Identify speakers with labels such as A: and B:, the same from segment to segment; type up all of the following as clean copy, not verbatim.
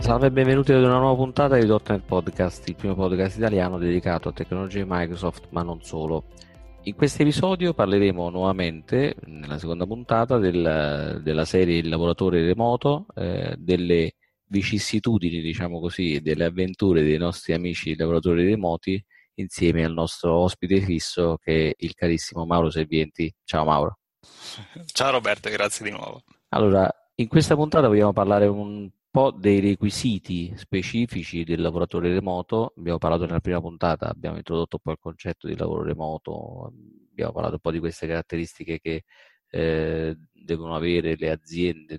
A: Salve e benvenuti ad una nuova puntata di .NET Podcast, il primo podcast italiano dedicato a tecnologie Microsoft, ma non solo. In questo episodio parleremo nuovamente, nella seconda puntata, della serie Il lavoratore remoto, delle vicissitudini, diciamo così, delle avventure dei nostri amici lavoratori remoti, insieme al nostro ospite fisso che è il carissimo Mauro Servienti. Ciao Mauro.
B: Ciao Roberto, grazie di nuovo.
A: Allora, in questa puntata vogliamo parlare un po' dei requisiti specifici del lavoratore remoto. Abbiamo parlato nella prima puntata, abbiamo introdotto un po' il concetto di lavoro remoto, abbiamo parlato un po' di queste caratteristiche che devono avere le aziende,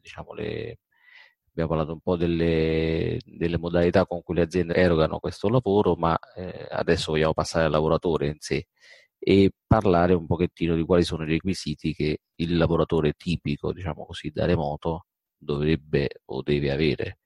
A: abbiamo parlato un po' delle modalità con cui le aziende erogano questo lavoro, ma adesso vogliamo passare al lavoratore in sé e parlare un pochettino di quali sono i requisiti che il lavoratore tipico, diciamo così, da remoto dovrebbe o deve avere.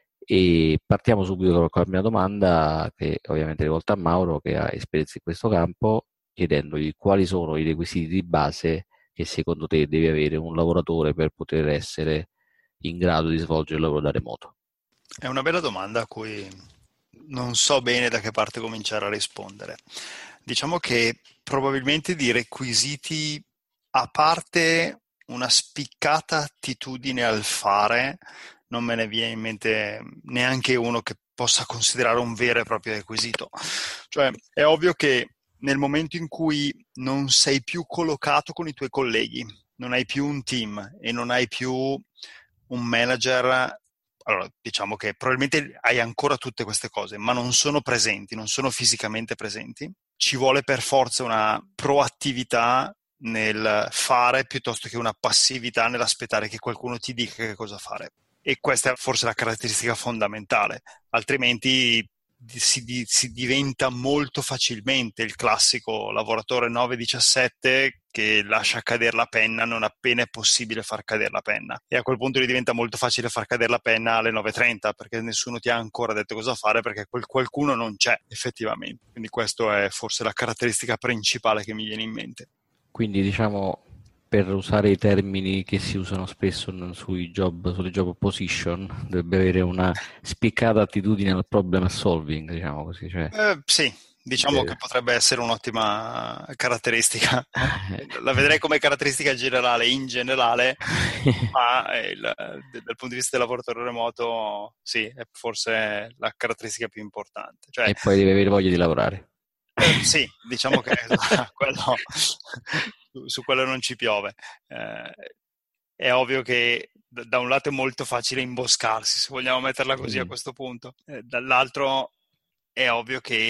A: E partiamo subito con la mia domanda, che ovviamente è rivolta a Mauro, che ha esperienza in questo campo, chiedendogli quali sono i requisiti di base che secondo te deve avere un lavoratore per poter essere in grado di svolgere il lavoro da remoto.
B: È una bella domanda a cui non so bene da che parte cominciare a rispondere. Diciamo che probabilmente di requisiti, a parte una spiccata attitudine al fare, non me ne viene in mente neanche uno che possa considerare un vero e proprio requisito. Cioè, è ovvio che nel momento in cui non sei più collocato con i tuoi colleghi, non hai più un team e non hai più un manager, allora diciamo che probabilmente hai ancora tutte queste cose, ma non sono presenti, non sono fisicamente presenti. Ci vuole per forza una proattività nel fare piuttosto che una passività nell'aspettare che qualcuno ti dica che cosa fare. E questa è forse la caratteristica fondamentale, altrimenti si diventa molto facilmente il classico lavoratore 9-17 che lascia cadere la penna non appena è possibile far cadere la penna, e a quel punto gli diventa molto facile far cadere la penna alle 9:30 perché nessuno ti ha ancora detto cosa fare, perché qualcuno non c'è effettivamente. Quindi questa è forse la caratteristica principale che mi viene in mente.
A: Quindi diciamo, per usare i termini che si usano spesso sulle job position, dovrebbe avere una spiccata attitudine al problem solving, diciamo così, cioè
B: Sì, diciamo che
A: deve-
B: potrebbe essere un'ottima caratteristica. La vedrei come caratteristica generale in generale, ma dal punto di vista del lavoratore remoto, sì, è forse la caratteristica più importante. Cioè,
A: e poi deve avere voglia di lavorare.
B: sì, diciamo che quello, su quello non ci piove. Eh, è ovvio che da un lato è molto facile imboscarsi, se vogliamo metterla così a
A: Mm.
B: questo punto. Dall'altro è ovvio che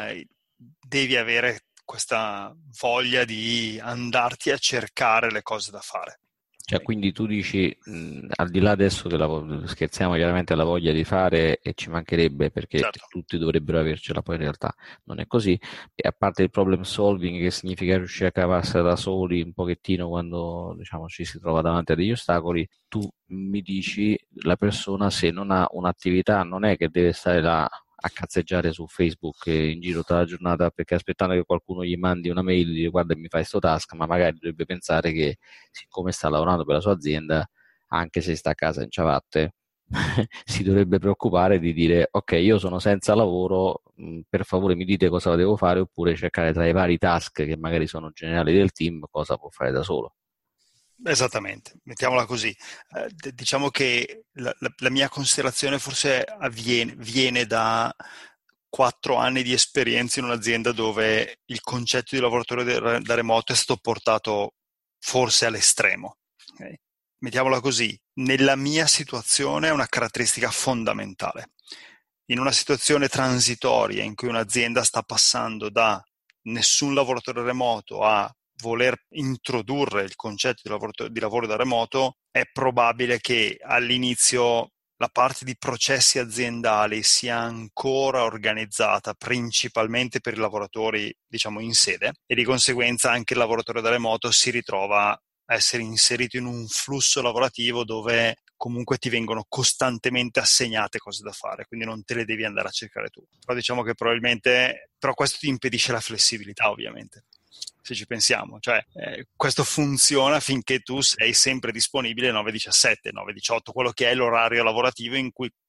B: devi avere questa voglia di andarti a cercare le cose da fare.
A: Cioè,
B: Ok?
A: quindi tu dici, al di là adesso scherziamo chiaramente alla voglia di fare e ci mancherebbe perché
B: Certo.
A: tutti dovrebbero avercela, poi in realtà non è così. E a parte il problem solving, che significa riuscire a cavarsela da soli un pochettino quando, diciamo, ci si trova davanti a degli ostacoli, tu mi dici la persona se non ha un'attività non è che deve stare là a cazzeggiare su Facebook in giro tutta la giornata perché aspettando che qualcuno gli mandi una mail e gli dica guarda mi fai sto task, ma magari dovrebbe pensare che siccome sta lavorando per la sua azienda, anche se sta a casa in ciabatte, si dovrebbe preoccupare di dire ok, io sono senza lavoro, per favore mi dite cosa devo fare, oppure cercare tra i vari task che magari sono generali del team cosa può fare da solo.
B: Esattamente, mettiamola così. Diciamo che la mia considerazione forse viene da 4 anni di esperienza in un'azienda dove il concetto di lavoratore da remoto è stato portato forse all'estremo. Ok? Mettiamola così, nella mia situazione è una caratteristica fondamentale. In una situazione transitoria in cui un'azienda sta passando da nessun lavoratore remoto a voler introdurre il concetto di lavoro da remoto, è probabile che all'inizio la parte di processi aziendali sia ancora organizzata principalmente per i lavoratori, diciamo, in sede, e di conseguenza anche il lavoratore da remoto si ritrova a essere inserito in un flusso lavorativo dove comunque ti vengono costantemente assegnate cose da fare, quindi non te le devi andare a cercare tu. Però diciamo che probabilmente, però questo ti impedisce la flessibilità, ovviamente, se ci pensiamo, cioè questo funziona finché tu sei sempre disponibile 9-17, 9-18, quello che è l'orario lavorativo in cui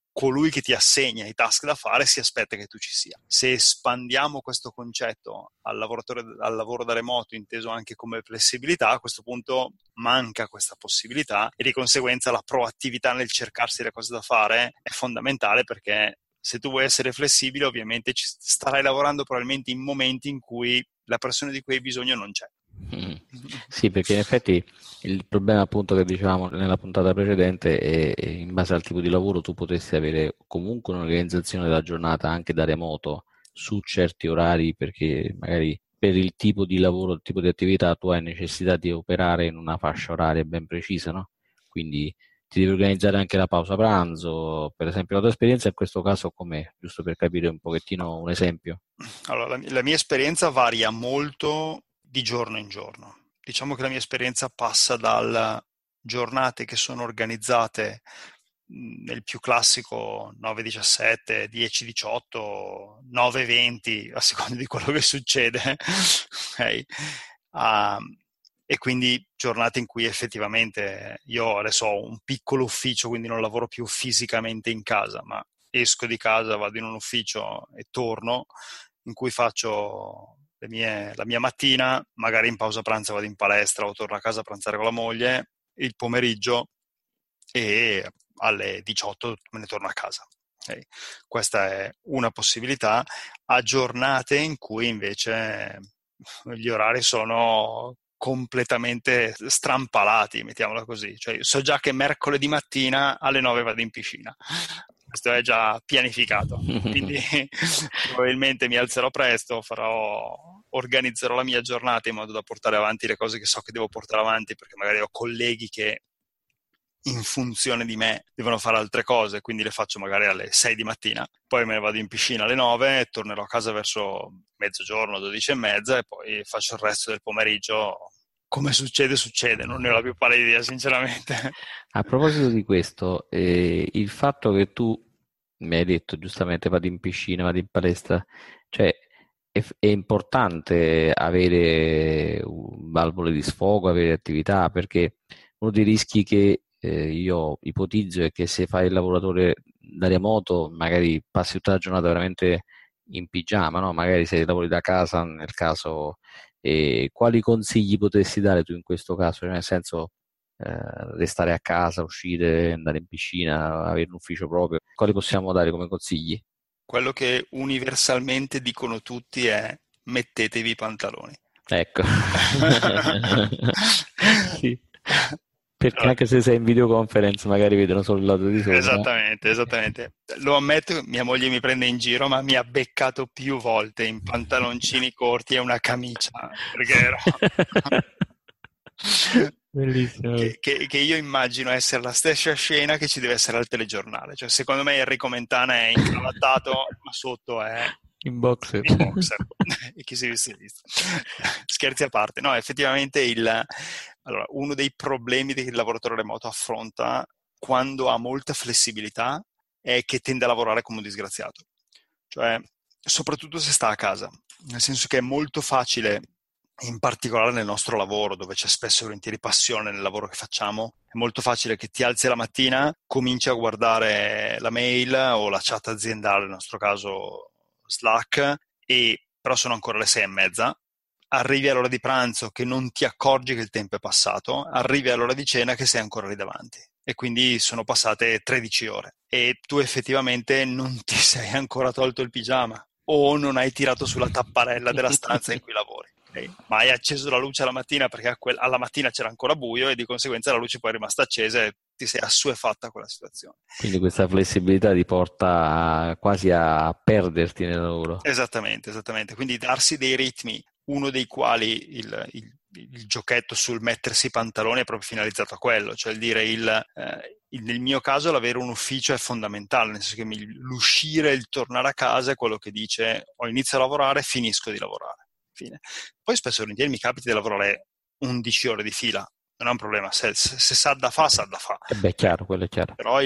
B: colui che ti assegna i task da fare si aspetta che tu ci sia. Se espandiamo questo concetto al lavoro da remoto, inteso anche come flessibilità, a questo punto manca questa possibilità e di conseguenza la proattività nel cercarsi le cose da fare è fondamentale, perché se tu vuoi essere flessibile ovviamente starai lavorando probabilmente in momenti in cui la persona di cui hai bisogno non c'è.
A: Sì, perché in effetti il problema appunto che dicevamo nella puntata precedente è in base al tipo di lavoro tu potresti avere comunque un'organizzazione della giornata anche da remoto su certi orari, perché magari per il tipo di lavoro, il tipo di attività tu hai necessità di operare in una fascia oraria ben precisa, no? Quindi ti devi organizzare anche la pausa pranzo. Per esempio, la tua esperienza in questo caso com'è? Giusto per capire un pochettino un esempio.
B: Allora, la mia esperienza varia molto di giorno in giorno. Diciamo che la mia esperienza passa dalle giornate che sono organizzate nel più classico 9-17, 10-18, 9-20, a seconda di quello che succede, okay? E quindi giornate in cui effettivamente io adesso ho un piccolo ufficio, quindi non lavoro più fisicamente in casa, ma esco di casa, vado in un ufficio e torno, in cui faccio la mia mattina, magari in pausa pranzo vado in palestra o torno a casa a pranzare con la moglie, il pomeriggio e alle 18 me ne torno a casa. Okay? Questa è una possibilità, a giornate in cui invece gli orari sono completamente strampalati, mettiamola così. Cioè, so già che mercoledì mattina alle 9 vado in piscina. Questo è già pianificato. Quindi probabilmente mi alzerò presto, organizzerò la mia giornata in modo da portare avanti le cose che so che devo portare avanti, perché magari ho colleghi che in funzione di me devono fare altre cose, quindi le faccio magari alle 6 di mattina, poi me ne vado in piscina alle 9, tornerò a casa verso mezzogiorno, 12 e mezza, e poi faccio il resto del pomeriggio. Come succede, non ne ho la più pallida idea, sinceramente.
A: A proposito di questo, il fatto che tu mi hai detto giustamente vado in piscina, vado in palestra, cioè è importante avere valvole di sfogo, avere attività, perché uno dei rischi che io ipotizzo è che se fai il lavoratore da remoto, magari passi tutta la giornata veramente in pigiama, no? Magari se lavori da casa, nel caso, quali consigli potresti dare tu in questo caso? Cioè, nel senso, restare a casa, uscire, andare in piscina, avere un ufficio proprio. Quali possiamo dare come consigli?
B: Quello che universalmente dicono tutti è: mettetevi i pantaloni.
A: Ecco. Sì. Perché
B: Allora,
A: anche se sei in videoconference magari vedono solo il lato di sopra.
B: esattamente. Lo ammetto, mia moglie mi prende in giro, ma mi ha beccato più volte in pantaloncini corti e una camicia, perché ero...
A: Bellissimo.
B: che io immagino essere la stessa scena che ci deve essere al telegiornale. Cioè, secondo me Enrico Mentana è incravattato, ma sotto è
A: In boxer.
B: in boxer. E chi si è visto. Scherzi a parte. No, effettivamente allora, uno dei problemi che il lavoratore remoto affronta quando ha molta flessibilità è che tende a lavorare come un disgraziato. Cioè, soprattutto se sta a casa. Nel senso che è molto facile, in particolare nel nostro lavoro, dove c'è spesso e volentieri passione nel lavoro che facciamo, è molto facile che ti alzi la mattina, cominci a guardare la mail o la chat aziendale, nel nostro caso Slack, e però sono ancora le 6:30, arrivi all'ora di pranzo che non ti accorgi che il tempo è passato, arrivi all'ora di cena che sei ancora lì davanti. E quindi sono passate 13 ore e tu effettivamente non ti sei ancora tolto il pigiama o non hai tirato sulla tapparella della stanza in cui lavori. Okay? Ma hai acceso la luce alla mattina perché alla mattina c'era ancora buio e di conseguenza la luce poi è rimasta accesa e ti sei assuefatta a quella situazione.
A: Quindi questa flessibilità ti porta quasi a perderti nel lavoro.
B: Esattamente. Quindi darsi dei ritmi, uno dei quali il giochetto sul mettersi i pantaloni è proprio finalizzato a quello, cioè il dire nel mio caso l'avere un ufficio è fondamentale, nel senso che l'uscire e il tornare a casa è quello che dice ho inizio a lavorare, finisco di lavorare. Fine. Poi spesso e volentieri mi capita di lavorare 11 ore di fila, non è un problema, se sa da fa, sa da fa.
A: E beh, chiaro, quello è chiaro.
B: Però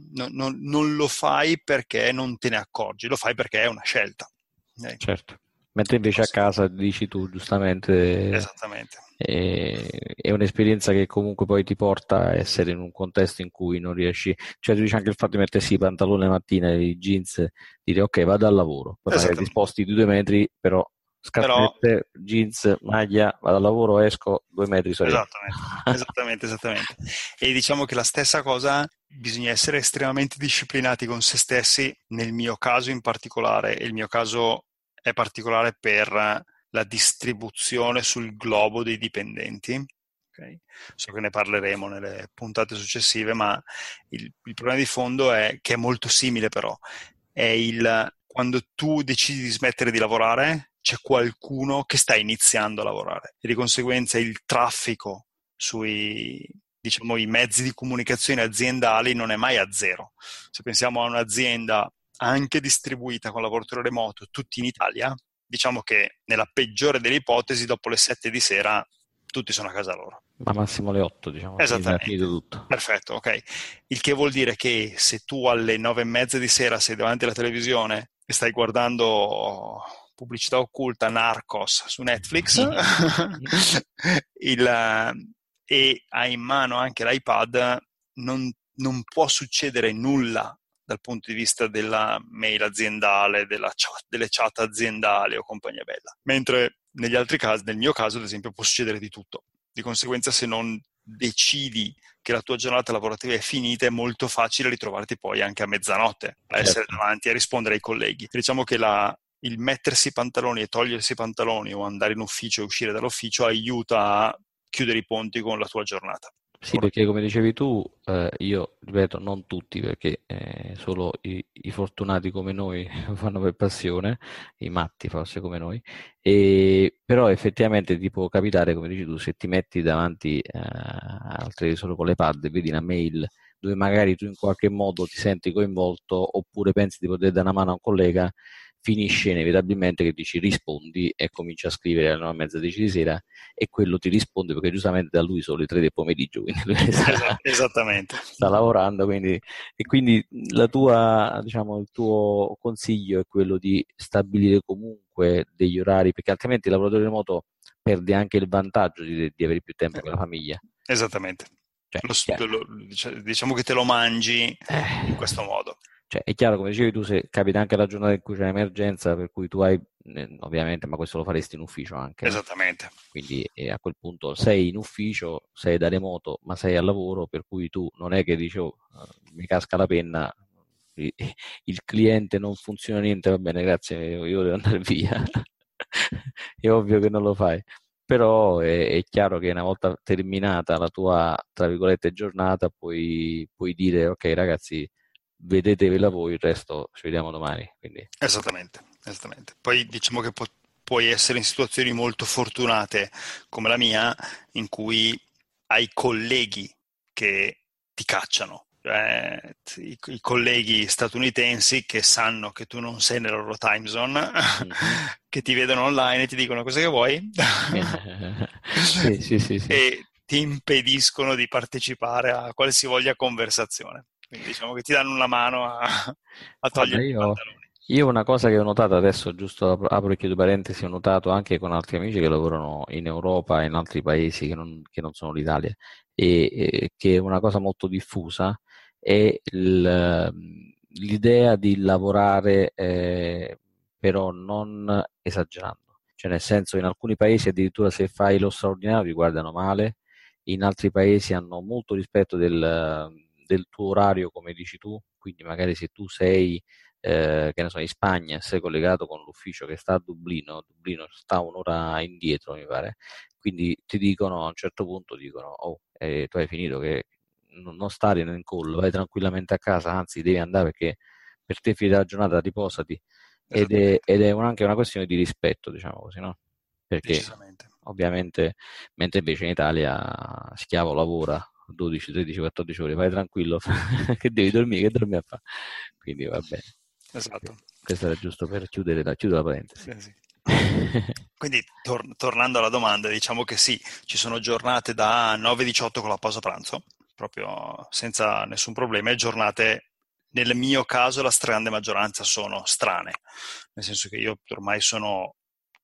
B: non lo fai perché non te ne accorgi, lo fai perché è una scelta.
A: Certo. Mentre
B: Di
A: invece a
B: conseguenza.
A: casa, dici tu giustamente,
B: Esattamente.
A: è un'esperienza che comunque poi ti porta a essere in un contesto in cui non riesci, cioè tu dici anche il fatto di mettersi i pantaloni la mattina e i jeans, dire ok, vado al lavoro, poi magari ti
B: Esattamente.
A: sposti di 2 metri, però
B: Però
A: scarpette, jeans, maglia, vado al lavoro, esco 2 metri, sono rientro.
B: esattamente, esattamente, esattamente. E diciamo che la stessa cosa, bisogna essere estremamente disciplinati con se stessi, nel mio caso in particolare, e il mio caso è particolare per la distribuzione sul globo dei dipendenti. Ok? So che ne parleremo nelle puntate successive, ma il problema di fondo è che è molto simile però, è il quando tu decidi di smettere di lavorare, c'è qualcuno che sta iniziando a lavorare e di conseguenza il traffico sui, diciamo, i mezzi di comunicazione aziendali non è mai a zero. Se pensiamo a un'azienda anche distribuita con lavoratore remoto tutti in Italia, diciamo che nella peggiore delle ipotesi, dopo le 7 di sera, tutti sono a casa loro.
A: Ma massimo le 8, diciamo, finito
B: Esattamente,
A: tutto.
B: perfetto, ok. Il che vuol dire che se tu alle 9:30 di sera sei davanti alla televisione e stai guardando pubblicità occulta, Narcos su Netflix e hai in mano anche l'iPad, non può succedere nulla dal punto di vista della mail aziendale, delle chat aziendali o compagnia bella. Mentre negli altri casi, nel mio caso ad esempio, può succedere di tutto. Di conseguenza, se non decidi che la tua giornata lavorativa è finita, è molto facile ritrovarti poi anche a mezzanotte a essere
A: Certo.
B: davanti a rispondere ai colleghi. E diciamo che il mettersi i pantaloni e togliersi i pantaloni o andare in ufficio e uscire dall'ufficio aiuta a chiudere i ponti con la tua giornata
A: Sì, perché
B: lavorativa.
A: come dicevi tu, io ripeto, non tutti, perché solo i fortunati come noi lo fanno per passione, i matti forse come noi, però effettivamente ti può capitare, come dici tu, se ti metti davanti al televisore con le pad e vedi una mail dove magari tu in qualche modo ti senti coinvolto oppure pensi di poter dare una mano a un collega, finisce inevitabilmente che dici rispondi e cominci a scrivere alle 9:30, 10 di sera e quello ti risponde perché giustamente da lui sono le 3 del pomeriggio, quindi lui
B: Esattamente.
A: sta lavorando, e quindi diciamo, il tuo consiglio è quello di stabilire comunque degli orari, perché altrimenti il lavoratore remoto perde anche il vantaggio di avere più tempo con la famiglia.
B: Esattamente.
A: Cioè, è chiaro.
B: Diciamo che te lo mangi in questo
A: Eh,
B: modo.
A: cioè, è chiaro, come dicevi tu, se capita anche la giornata in cui c'è un'emergenza, per cui tu hai, ovviamente, ma questo lo faresti in ufficio anche, no?
B: Esattamente.
A: Quindi a quel punto sei in ufficio, sei da remoto, ma sei al lavoro, per cui tu non è che dici, "Oh, mi casca la penna, i- il cliente non funziona niente, va bene, grazie, io devo andare via." È ovvio che non lo fai. Però è chiaro che una volta terminata la tua, tra virgolette, giornata, puoi dire, ok ragazzi, vedetevela voi, il resto ci vediamo domani. Quindi,
B: Esattamente, esattamente. Poi diciamo che puoi essere in situazioni molto fortunate come la mia, in cui hai colleghi che ti cacciano. Cioè, i colleghi statunitensi che sanno che tu non sei nella loro time zone,
A: mhm.
B: che ti vedono online e ti dicono cosa che vuoi
A: Sì, sì, sì, sì.
B: e ti impediscono di partecipare a qualsivoglia conversazione. Quindi diciamo che ti danno una mano a
A: Guarda,
B: toglierti i
A: io,
B: pantaloni.
A: io una cosa che ho notato adesso, giusto apro e chiudo parentesi, ho notato anche con altri amici che lavorano in Europa e in altri paesi che non sono l'Italia, e che è una cosa molto diffusa, è l'idea di lavorare però non esagerando. Cioè, nel senso, in alcuni paesi addirittura se fai lo straordinario ti guardano male, in altri paesi hanno molto rispetto del tuo orario, come dici tu, quindi magari se tu sei, che ne so, in Spagna e sei collegato con l'ufficio che sta a Dublino, Dublino sta un'ora indietro, mi pare, quindi ti dicono, a un certo punto dicono, oh, tu hai finito, che non stare in call, vai tranquillamente a casa, anzi devi andare perché per te finita la giornata riposati, ed è,
B: Esattamente,
A: ed è anche una questione di rispetto, diciamo così, no? Perché
B: decisamente.
A: ovviamente, mentre invece in Italia schiavo lavora 12, 13, 14 ore, vai tranquillo, che devi dormire, che dormi a fare. Quindi va bene.
B: Esatto.
A: Questo era giusto per chiudere la parentesi.
B: Sì. Quindi tornando alla domanda, diciamo che sì, ci sono giornate da 9-18 con la pausa pranzo, proprio senza nessun problema, e giornate, nel mio caso, la stragrande maggioranza sono strane, nel senso che io ormai sono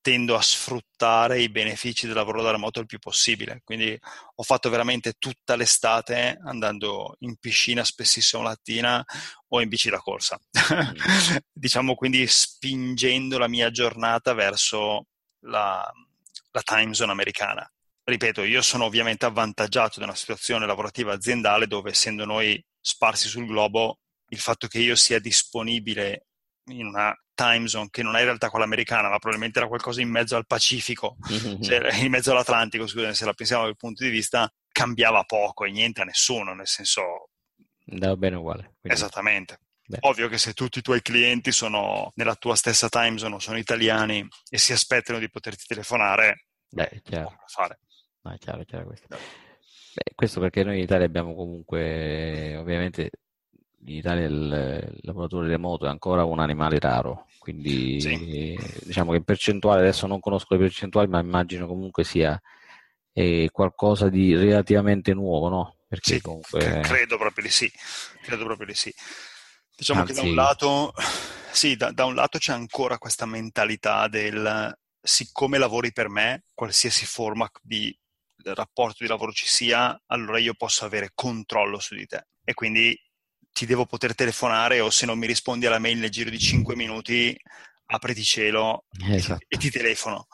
B: tendo a sfruttare i benefici del lavoro da remoto il più possibile. Quindi ho fatto veramente tutta l'estate andando in piscina spessissimo la mattina o in bici da corsa. Diciamo, quindi spingendo la mia giornata verso la time zone americana. Ripeto, io sono ovviamente avvantaggiato da una situazione lavorativa aziendale dove, essendo noi sparsi sul globo, il fatto che io sia disponibile in una time zone che non è in realtà quella americana, ma probabilmente era qualcosa in mezzo al Pacifico, in mezzo all'Atlantico, scusate, se la pensiamo dal punto di vista, cambiava poco e niente a nessuno, nel senso...
A: Andava bene uguale. Quindi,
B: Esattamente.
A: beh.
B: Ovvio che se tutti i tuoi clienti sono nella tua stessa time zone o sono italiani e si aspettano di poterti telefonare,
A: È chiaro.
B: poco da fare.
A: No, è chiaro questo. Beh, questo perché noi in Italia abbiamo comunque, ovviamente, in Italia il lavoratore remoto è ancora un animale raro, quindi
B: Sì.
A: diciamo che in percentuale, adesso non conosco le percentuali, ma immagino comunque sia qualcosa di relativamente nuovo, no? Perché
B: Sì,
A: comunque,
B: credo proprio di sì. Credo proprio di sì. Diciamo che da un
A: anzi,
B: lato, sì, da un lato c'è ancora questa mentalità del siccome lavori per me, qualsiasi forma di rapporto di lavoro ci sia, allora io posso avere controllo su di te. E quindi ti devo poter telefonare, o se non mi rispondi alla mail nel giro di 5 minuti, apriti cielo e
A: esatto.
B: ti telefono.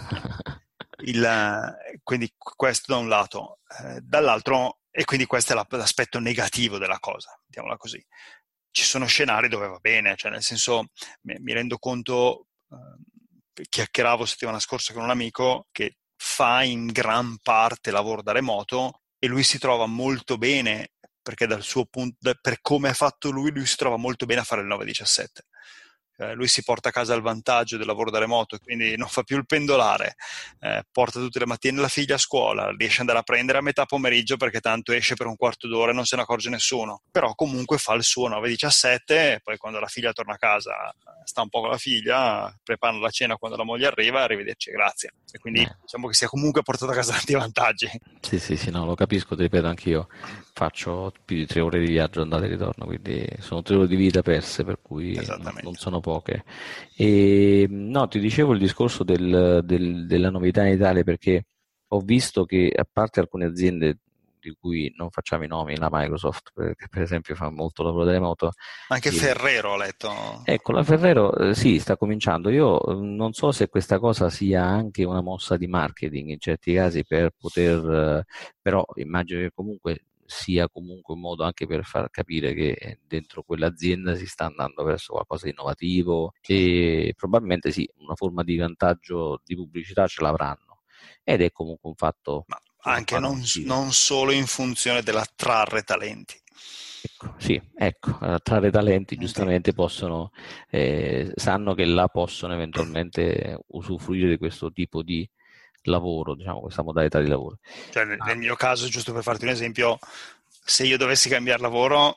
B: Quindi questo da un lato. Dall'altro, e quindi questo è l'aspetto negativo della cosa, mettiamola così. Ci sono scenari dove va bene, cioè nel senso, mi rendo conto, chiacchieravo settimana scorsa con un amico che fa in gran parte lavoro da remoto e lui si trova molto bene, perché dal suo punto, per come è fatto lui si trova molto bene a fare il 9-17. Lui si porta a casa il vantaggio del lavoro da remoto, quindi non fa più il pendolare, porta tutte le mattine la figlia a scuola, riesce ad andare a prendere a metà pomeriggio perché tanto esce per un quarto d'ora e non se ne accorge nessuno, però comunque fa il suo 9-17 e poi quando la figlia torna a casa sta un po' con la figlia, prepara la cena quando la moglie arriva, arrivederci, grazie. E quindi diciamo che si è comunque portato a casa tanti vantaggi.
A: Sì, no, lo capisco, ti ripeto, anch'io faccio più di 3 ore di viaggio andata e ritorno, quindi sono 3 ore di vita perse, per cui non
B: Esattamente.
A: sono poche. E no, ti dicevo il discorso della novità in Italia, perché ho visto che, a parte alcune aziende di cui non facciamo i nomi, la Microsoft, perché per esempio fa molto lavoro da remoto,
B: Anche
A: e
B: Ferrero ho letto.
A: ecco, la Ferrero sì, sta cominciando. Io non so se questa cosa sia anche una mossa di marketing in certi casi per poter, però immagino che comunque sia comunque un modo anche per far capire che dentro quell'azienda si sta andando verso qualcosa di innovativo e probabilmente sì, una forma di vantaggio di pubblicità ce l'avranno. Ed è comunque un fatto
B: Ma
A: sul
B: anche
A: quale non incido.
B: non solo in funzione dell'attrarre talenti.
A: Ecco, sì, ecco, trarre talenti
B: Talenti.
A: giustamente possono, sanno che là possono eventualmente usufruire di questo tipo di lavoro, diciamo, questa modalità di lavoro.
B: Cioè, nel mio caso, giusto per farti un esempio, se io dovessi cambiare lavoro,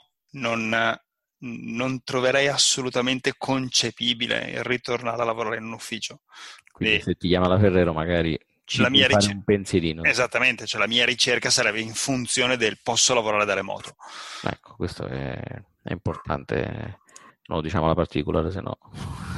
B: non troverei assolutamente concepibile ritornare a lavorare in un ufficio.
A: Quindi
B: Quindi
A: se ti chiama la Ferrero magari ci
B: la
A: puoi
B: mia
A: fare
B: ricerca,
A: un pensierino, insomma.
B: esattamente, cioè la mia ricerca sarebbe in funzione del posso lavorare da remoto.
A: Ecco, questo è importante, non lo diciamo alla particolare, se no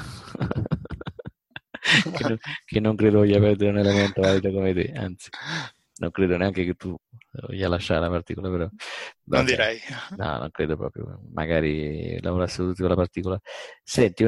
A: che non credo voglia perdere un elemento valido come te, anzi, non credo neanche che tu voglia lasciare la particola, però
B: Non
A: vabbè,
B: direi.
A: no, non credo proprio, magari lavorassero tutti con la particola. Senti,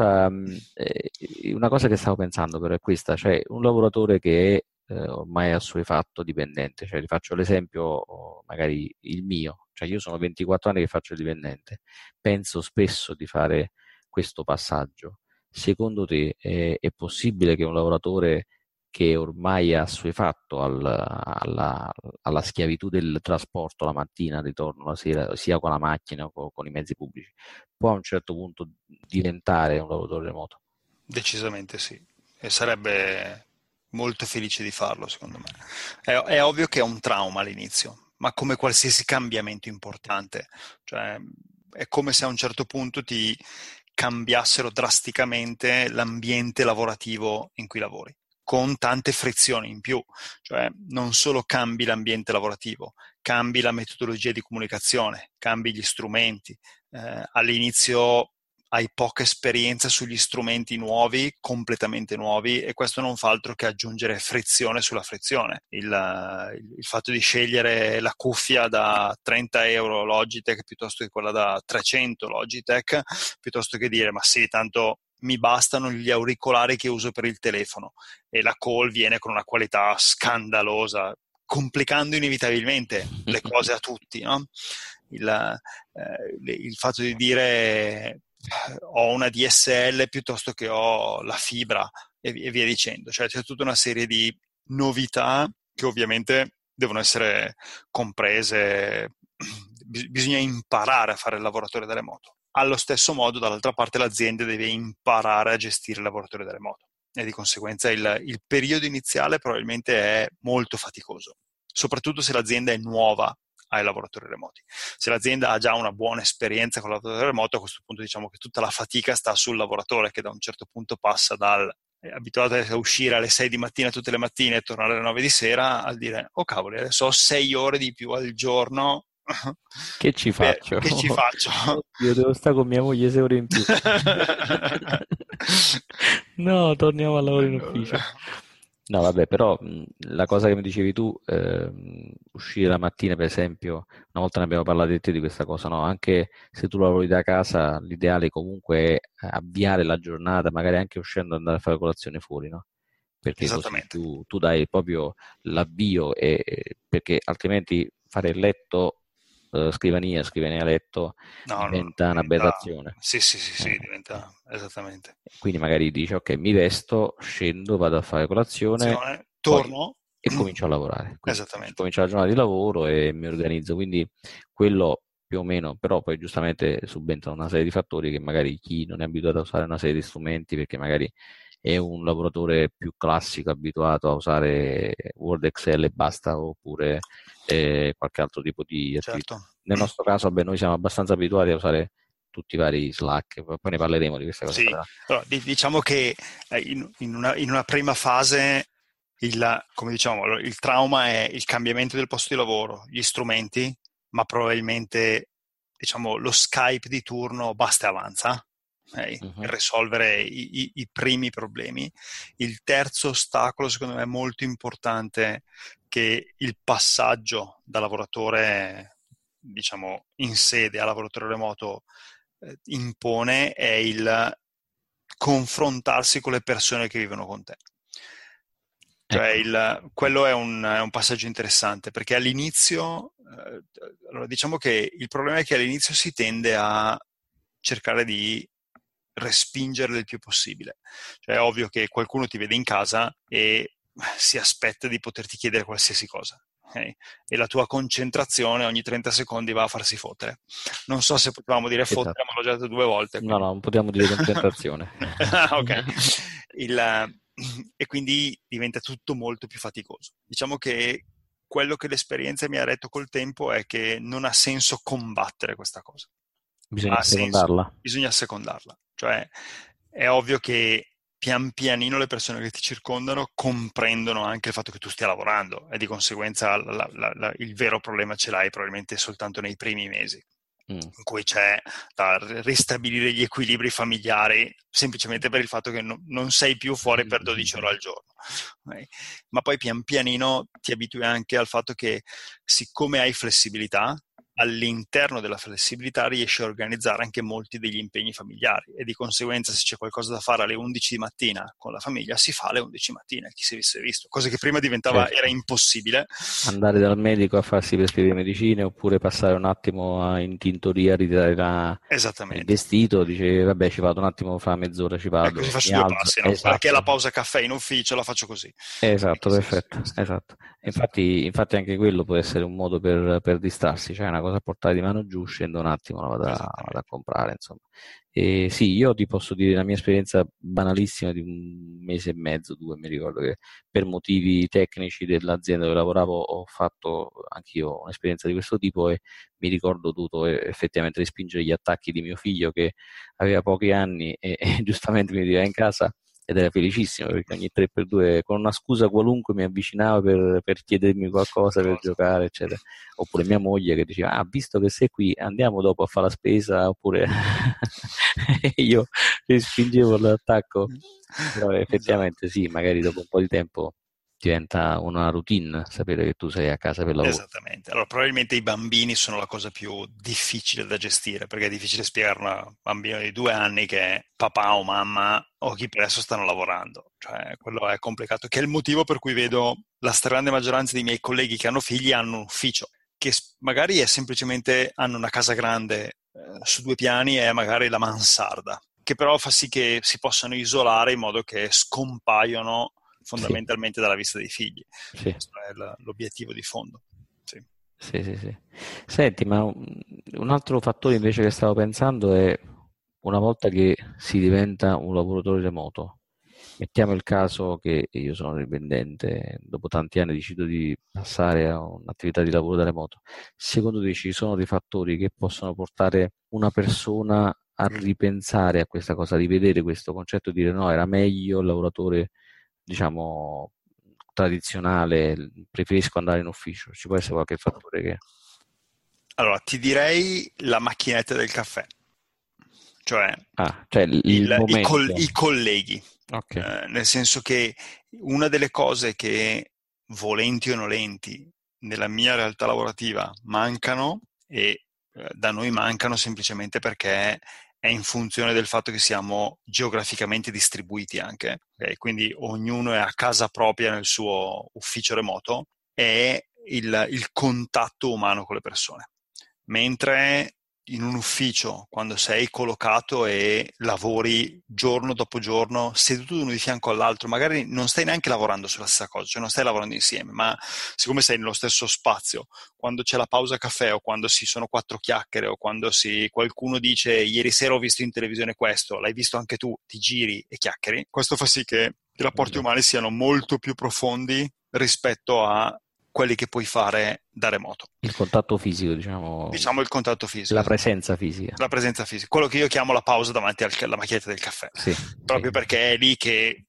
A: una cosa che stavo pensando però è questa, cioè un lavoratore che è ormai assuefatto dipendente, cioè ti faccio l'esempio, magari il mio, cioè io sono 24 anni che faccio il dipendente, penso spesso di fare questo passaggio. Secondo te è possibile che un lavoratore che ormai è assuefatto alla schiavitù del trasporto la mattina, ritorno la sera, sia con la macchina o con i mezzi pubblici, può a un certo punto diventare un lavoratore remoto?
B: Decisamente sì, e sarebbe molto felice di farlo, secondo me. È ovvio che è un trauma all'inizio, ma come qualsiasi cambiamento importante, cioè è come se a un certo punto ti cambiassero drasticamente l'ambiente lavorativo in cui lavori, con tante frizioni in più, cioè non solo cambi l'ambiente lavorativo, cambi la metodologia di comunicazione, cambi gli strumenti. All'inizio hai poca esperienza sugli strumenti nuovi, completamente nuovi, e questo non fa altro che aggiungere frizione sulla frizione. Il fatto di scegliere la cuffia da 30 euro Logitech piuttosto che quella da 300 Logitech, piuttosto che dire ma sì, tanto mi bastano gli auricolari che uso per il telefono, e la call viene con una qualità scandalosa, complicando inevitabilmente le cose a tutti, no? Il fatto di dire ho una DSL piuttosto che ho la fibra e via dicendo, cioè c'è tutta una serie di novità che ovviamente devono essere comprese, bisogna imparare a fare il lavoratore da remoto. Allo stesso modo, dall'altra parte, l'azienda deve imparare a gestire il lavoratore da remoto, e di conseguenza il periodo iniziale probabilmente è molto faticoso, soprattutto se l'azienda è nuova ai lavoratori remoti. Se l'azienda ha già una buona esperienza con il lavoratore remoto, a questo punto diciamo che tutta la fatica sta sul lavoratore, che da un certo punto passa dal abituato a uscire alle 6 di mattina tutte le mattine e tornare alle 9 di sera, al dire oh cavoli, adesso ho 6 ore di più al giorno.
A: Che ci faccio?
B: Che ci faccio?
A: Oddio, devo stare con mia moglie 6 ore in più. No, torniamo al lavoro in ufficio. No, vabbè, però la cosa che mi dicevi tu, uscire la mattina, per esempio, una volta ne abbiamo parlato di te di questa cosa, no? Anche se tu lavori da casa, l'ideale comunque è avviare la giornata, magari anche uscendo e andare a fare colazione fuori, no? Perché così
B: Esattamente.
A: tu dai proprio l'avvio, perché altrimenti fare il letto, scrivania, letto,
B: No,
A: diventa un'aberrazione.
B: sì, diventa esattamente.
A: Quindi magari dici, ok, mi vesto, scendo, vado a fare colazione, poi
B: Torno.
A: e comincio a lavorare. Quindi
B: Esattamente.
A: comincio la giornata di lavoro e mi organizzo. Quindi quello più o meno, però poi giustamente subentrano una serie di fattori che magari chi non è abituato a usare una serie di strumenti, perché magari è un lavoratore più classico, abituato a usare Word, Excel e basta, oppure qualche altro tipo di attività.
B: Certo.
A: Nel nostro caso, vabbè, noi siamo abbastanza abituati a usare tutti i vari Slack, poi ne parleremo di queste cose.
B: Sì, allora, diciamo che in una prima fase come diciamo, il trauma è il cambiamento del posto di lavoro, gli strumenti, ma probabilmente diciamo, lo Skype di turno basta e avanza, okay? Per risolvere i primi problemi. Il terzo ostacolo, secondo me, è molto importante, che il passaggio da lavoratore, diciamo, in sede a lavoratore remoto impone, è il confrontarsi con le persone che vivono con te. Cioè
A: Ecco.
B: quello è un passaggio interessante, perché all'inizio, allora diciamo che il problema è che all'inizio si tende a cercare di respingerle il più possibile. Cioè è ovvio che qualcuno ti vede in casa e si aspetta di poterti chiedere qualsiasi cosa. Okay? E la tua concentrazione ogni 30 secondi va a farsi fottere. Non so se potevamo dire fottere, ma
A: Esatto.
B: l'ho già detto 2 volte.
A: No,
B: Quindi...
A: non potremmo dire concentrazione.
B: Ok. E quindi diventa tutto molto più faticoso. Diciamo che quello che l'esperienza mi ha detto col tempo è che non ha senso combattere questa cosa.
A: Bisogna
B: Ha senso,
A: assecondarla.
B: bisogna assecondarla. Cioè è ovvio che pian pianino le persone che ti circondano comprendono anche il fatto che tu stia lavorando, e di conseguenza il vero problema ce l'hai probabilmente soltanto nei primi mesi, in cui c'è da ristabilire gli equilibri familiari, semplicemente per il fatto che non sei più fuori per 12 ore al giorno. Okay? Ma poi pian pianino ti abitui anche al fatto che, siccome hai flessibilità, all'interno della flessibilità riesci a organizzare anche molti degli impegni familiari, e di conseguenza se c'è qualcosa da fare alle 11 di mattina con la famiglia, si fa alle 11 di mattina, chi si avesse visto, cosa che prima
A: Certo.
B: era impossibile.
A: Andare dal medico a farsi prescrivere medicine, oppure passare un attimo in tintoria a ritirare il
B: Esattamente.
A: vestito, dice vabbè ci vado un attimo, fra mezz'ora ci
B: Così
A: vado,
B: faccio
A: mi
B: 2
A: alzo.
B: passi, no? Quella che è la
A: Esatto.
B: pausa caffè in ufficio la faccio così.
A: Esatto,
B: Sì, sì,
A: perfetto,
B: sì.
A: esatto.
B: Esatto.
A: Infatti anche quello può essere un modo per distrarsi, cioè una cosa a portare di mano giù, scendo un attimo, la vado a
B: Esattamente.
A: comprare, insomma. E sì, io ti posso dire la mia esperienza banalissima di un mese e mezzo, 2, mi ricordo che per motivi tecnici dell'azienda dove lavoravo ho fatto anch'io un'esperienza di questo tipo, e mi ricordo ho dovuto effettivamente respingere gli attacchi di mio figlio che aveva pochi anni e giustamente mi veniva in casa. Ed era felicissimo perché ogni 3x2 con una scusa qualunque mi avvicinava per chiedermi qualcosa, per
B: Qualcosa.
A: giocare, eccetera. Oppure mia moglie che diceva, visto che sei qui, andiamo dopo a fare la spesa, oppure io respingevo l'attacco, però
B: Esatto.
A: effettivamente sì, magari dopo un po' di tempo diventa una routine sapere che tu sei a casa per lavoro.
B: Esattamente. Allora, probabilmente i bambini sono la cosa più difficile da gestire, perché è difficile spiegare a un bambino di 2 anni che papà o mamma o chi per adesso stanno lavorando. Cioè, quello è complicato, che è il motivo per cui vedo la stragrande maggioranza dei miei colleghi che hanno figli hanno un ufficio, che magari è semplicemente hanno una casa grande su 2 piani e magari la mansarda, che però fa sì che si possano isolare in modo che scompaiono
A: Sì,
B: fondamentalmente dalla vista dei figli.
A: sì.
B: Questo è l'obiettivo di fondo. Sì.
A: Sì, sì, sì. Senti, ma un altro fattore invece che stavo pensando è una volta che si diventa un lavoratore remoto, mettiamo il caso che io sono dipendente, dopo tanti anni decido di passare a un'attività di lavoro da remoto. Secondo te ci sono dei fattori che possono portare una persona a ripensare a questa cosa, a rivedere questo concetto e dire no, era meglio il lavoratore, diciamo, tradizionale, preferisco andare in ufficio. Ci può essere qualche fattore che...
B: Allora, ti direi la macchinetta del caffè, cioè
A: Ah, cioè il momento.
B: i colleghi,
A: Ok,
B: nel senso che una delle cose che, volenti o nolenti, nella mia realtà lavorativa mancano e da noi mancano semplicemente perché è in funzione del fatto che siamo geograficamente distribuiti anche, okay? Quindi ognuno è a casa propria nel suo ufficio remoto, è il contatto umano con le persone. Mentre in un ufficio, quando sei collocato e lavori giorno dopo giorno, seduto uno di fianco all'altro, magari non stai neanche lavorando sulla stessa cosa, cioè non stai lavorando insieme, ma siccome sei nello stesso spazio, quando c'è la pausa caffè o quando si sono quattro chiacchiere o quando qualcuno dice ieri sera ho visto in televisione questo, l'hai visto anche tu, ti giri e chiacchieri, questo fa sì che i rapporti
A: esatto.
B: umani siano molto più profondi rispetto a quelli che puoi fare da remoto.
A: Il contatto fisico, diciamo,
B: Diciamo il contatto fisico,
A: la
B: esatto.
A: presenza fisica.
B: La presenza fisica, quello che io chiamo la pausa davanti alla macchinetta del caffè,
A: Sì, sì,
B: proprio perché è lì che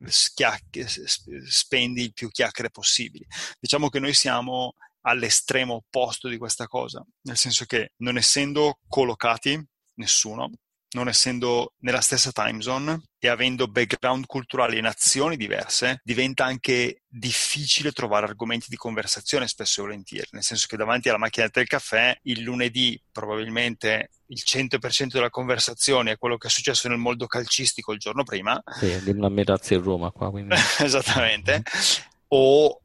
B: spendi il più chiacchiere possibili. Diciamo che noi siamo all'estremo opposto di questa cosa, nel senso che non essendo collocati, nessuno, non essendo nella stessa time zone e avendo background culturali e nazioni diverse, diventa anche difficile trovare argomenti di conversazione spesso e volentieri, nel senso che davanti alla macchinetta del caffè il lunedì probabilmente il 100% della conversazione è quello che è successo nel mondo calcistico il giorno prima,
A: sì, di una metazia in Roma qua, quindi...
B: esattamente, o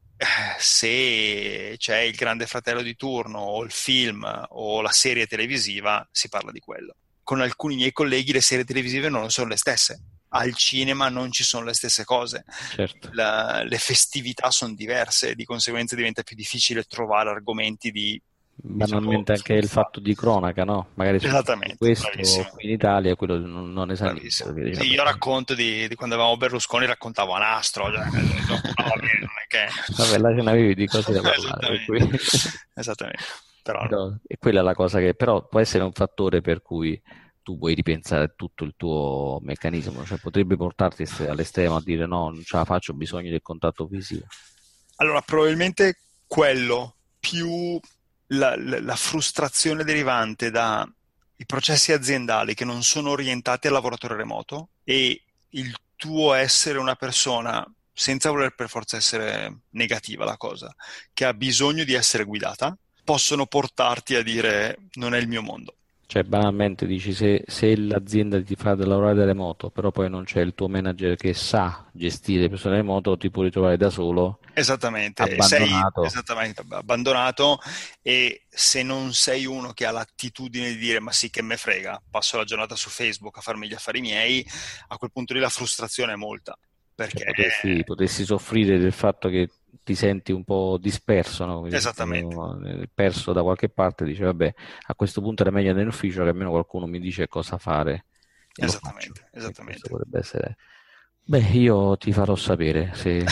B: se c'è il Grande Fratello di turno o il film o la serie televisiva, si parla di quello. Con alcuni miei colleghi le serie televisive non sono le stesse. Al cinema non ci sono le stesse cose,
A: Certo.
B: le festività sono diverse, di conseguenza diventa più difficile trovare argomenti di, diciamo,
A: Banalmente anche il fatto di cronaca, no? Magari è successo
B: esattamente,
A: questo
B: bravissimo.
A: qui in Italia, quello non ne sa niente,
B: Bravissimo.
A: perché dice,
B: Sì,
A: vabbè,
B: io racconto di quando avevamo Berlusconi, raccontavo a nastro, cioè, va bene, non è che...
A: vabbè, là ce n'avevi di cose da parlare, per cui...
B: Esattamente, esattamente. Però no.
A: Però, e quella è la cosa che però può essere un fattore per cui tu vuoi ripensare tutto il tuo meccanismo, cioè potrebbe portarti all'estremo a dire no, non ce la faccio, ho bisogno del contatto fisico.
B: Allora, probabilmente quello più la frustrazione derivante dai processi aziendali che non sono orientati al lavoratore remoto e il tuo essere una persona, senza voler per forza essere negativa la cosa, che ha bisogno di essere guidata, possono portarti a dire non è il mio mondo.
A: Cioè, banalmente dici, se l'azienda ti fa da lavorare da remoto, però poi non c'è il tuo manager che sa gestire le persone da remoto, ti puoi ritrovare da solo,
B: Esattamente, sei
A: abbandonato.
B: esattamente abbandonato e se non sei uno che ha l'attitudine di dire ma sì che me frega, passo la giornata su Facebook a farmi gli affari miei, a quel punto lì la frustrazione è molta,
A: Cioè,
B: perché
A: potresti soffrire del fatto che ti senti un po' disperso, no? Come dici,
B: esattamente,
A: perso da qualche parte, dici, vabbè, a questo punto era meglio andare in ufficio che almeno qualcuno mi dice cosa fare e lo faccio.
B: esattamente,
A: E questo
B: esattamente.
A: potrebbe essere... Beh, io ti farò sapere se,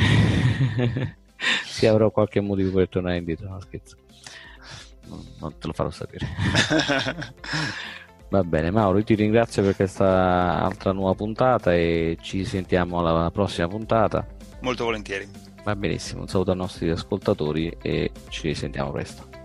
A: se avrò qualche motivo per tornare indietro, no scherzo. Non te lo farò sapere. Va bene, Mauro, io ti ringrazio per questa altra nuova puntata e ci sentiamo alla prossima puntata.
B: Molto volentieri.
A: Va benissimo, un saluto ai nostri ascoltatori e ci sentiamo presto.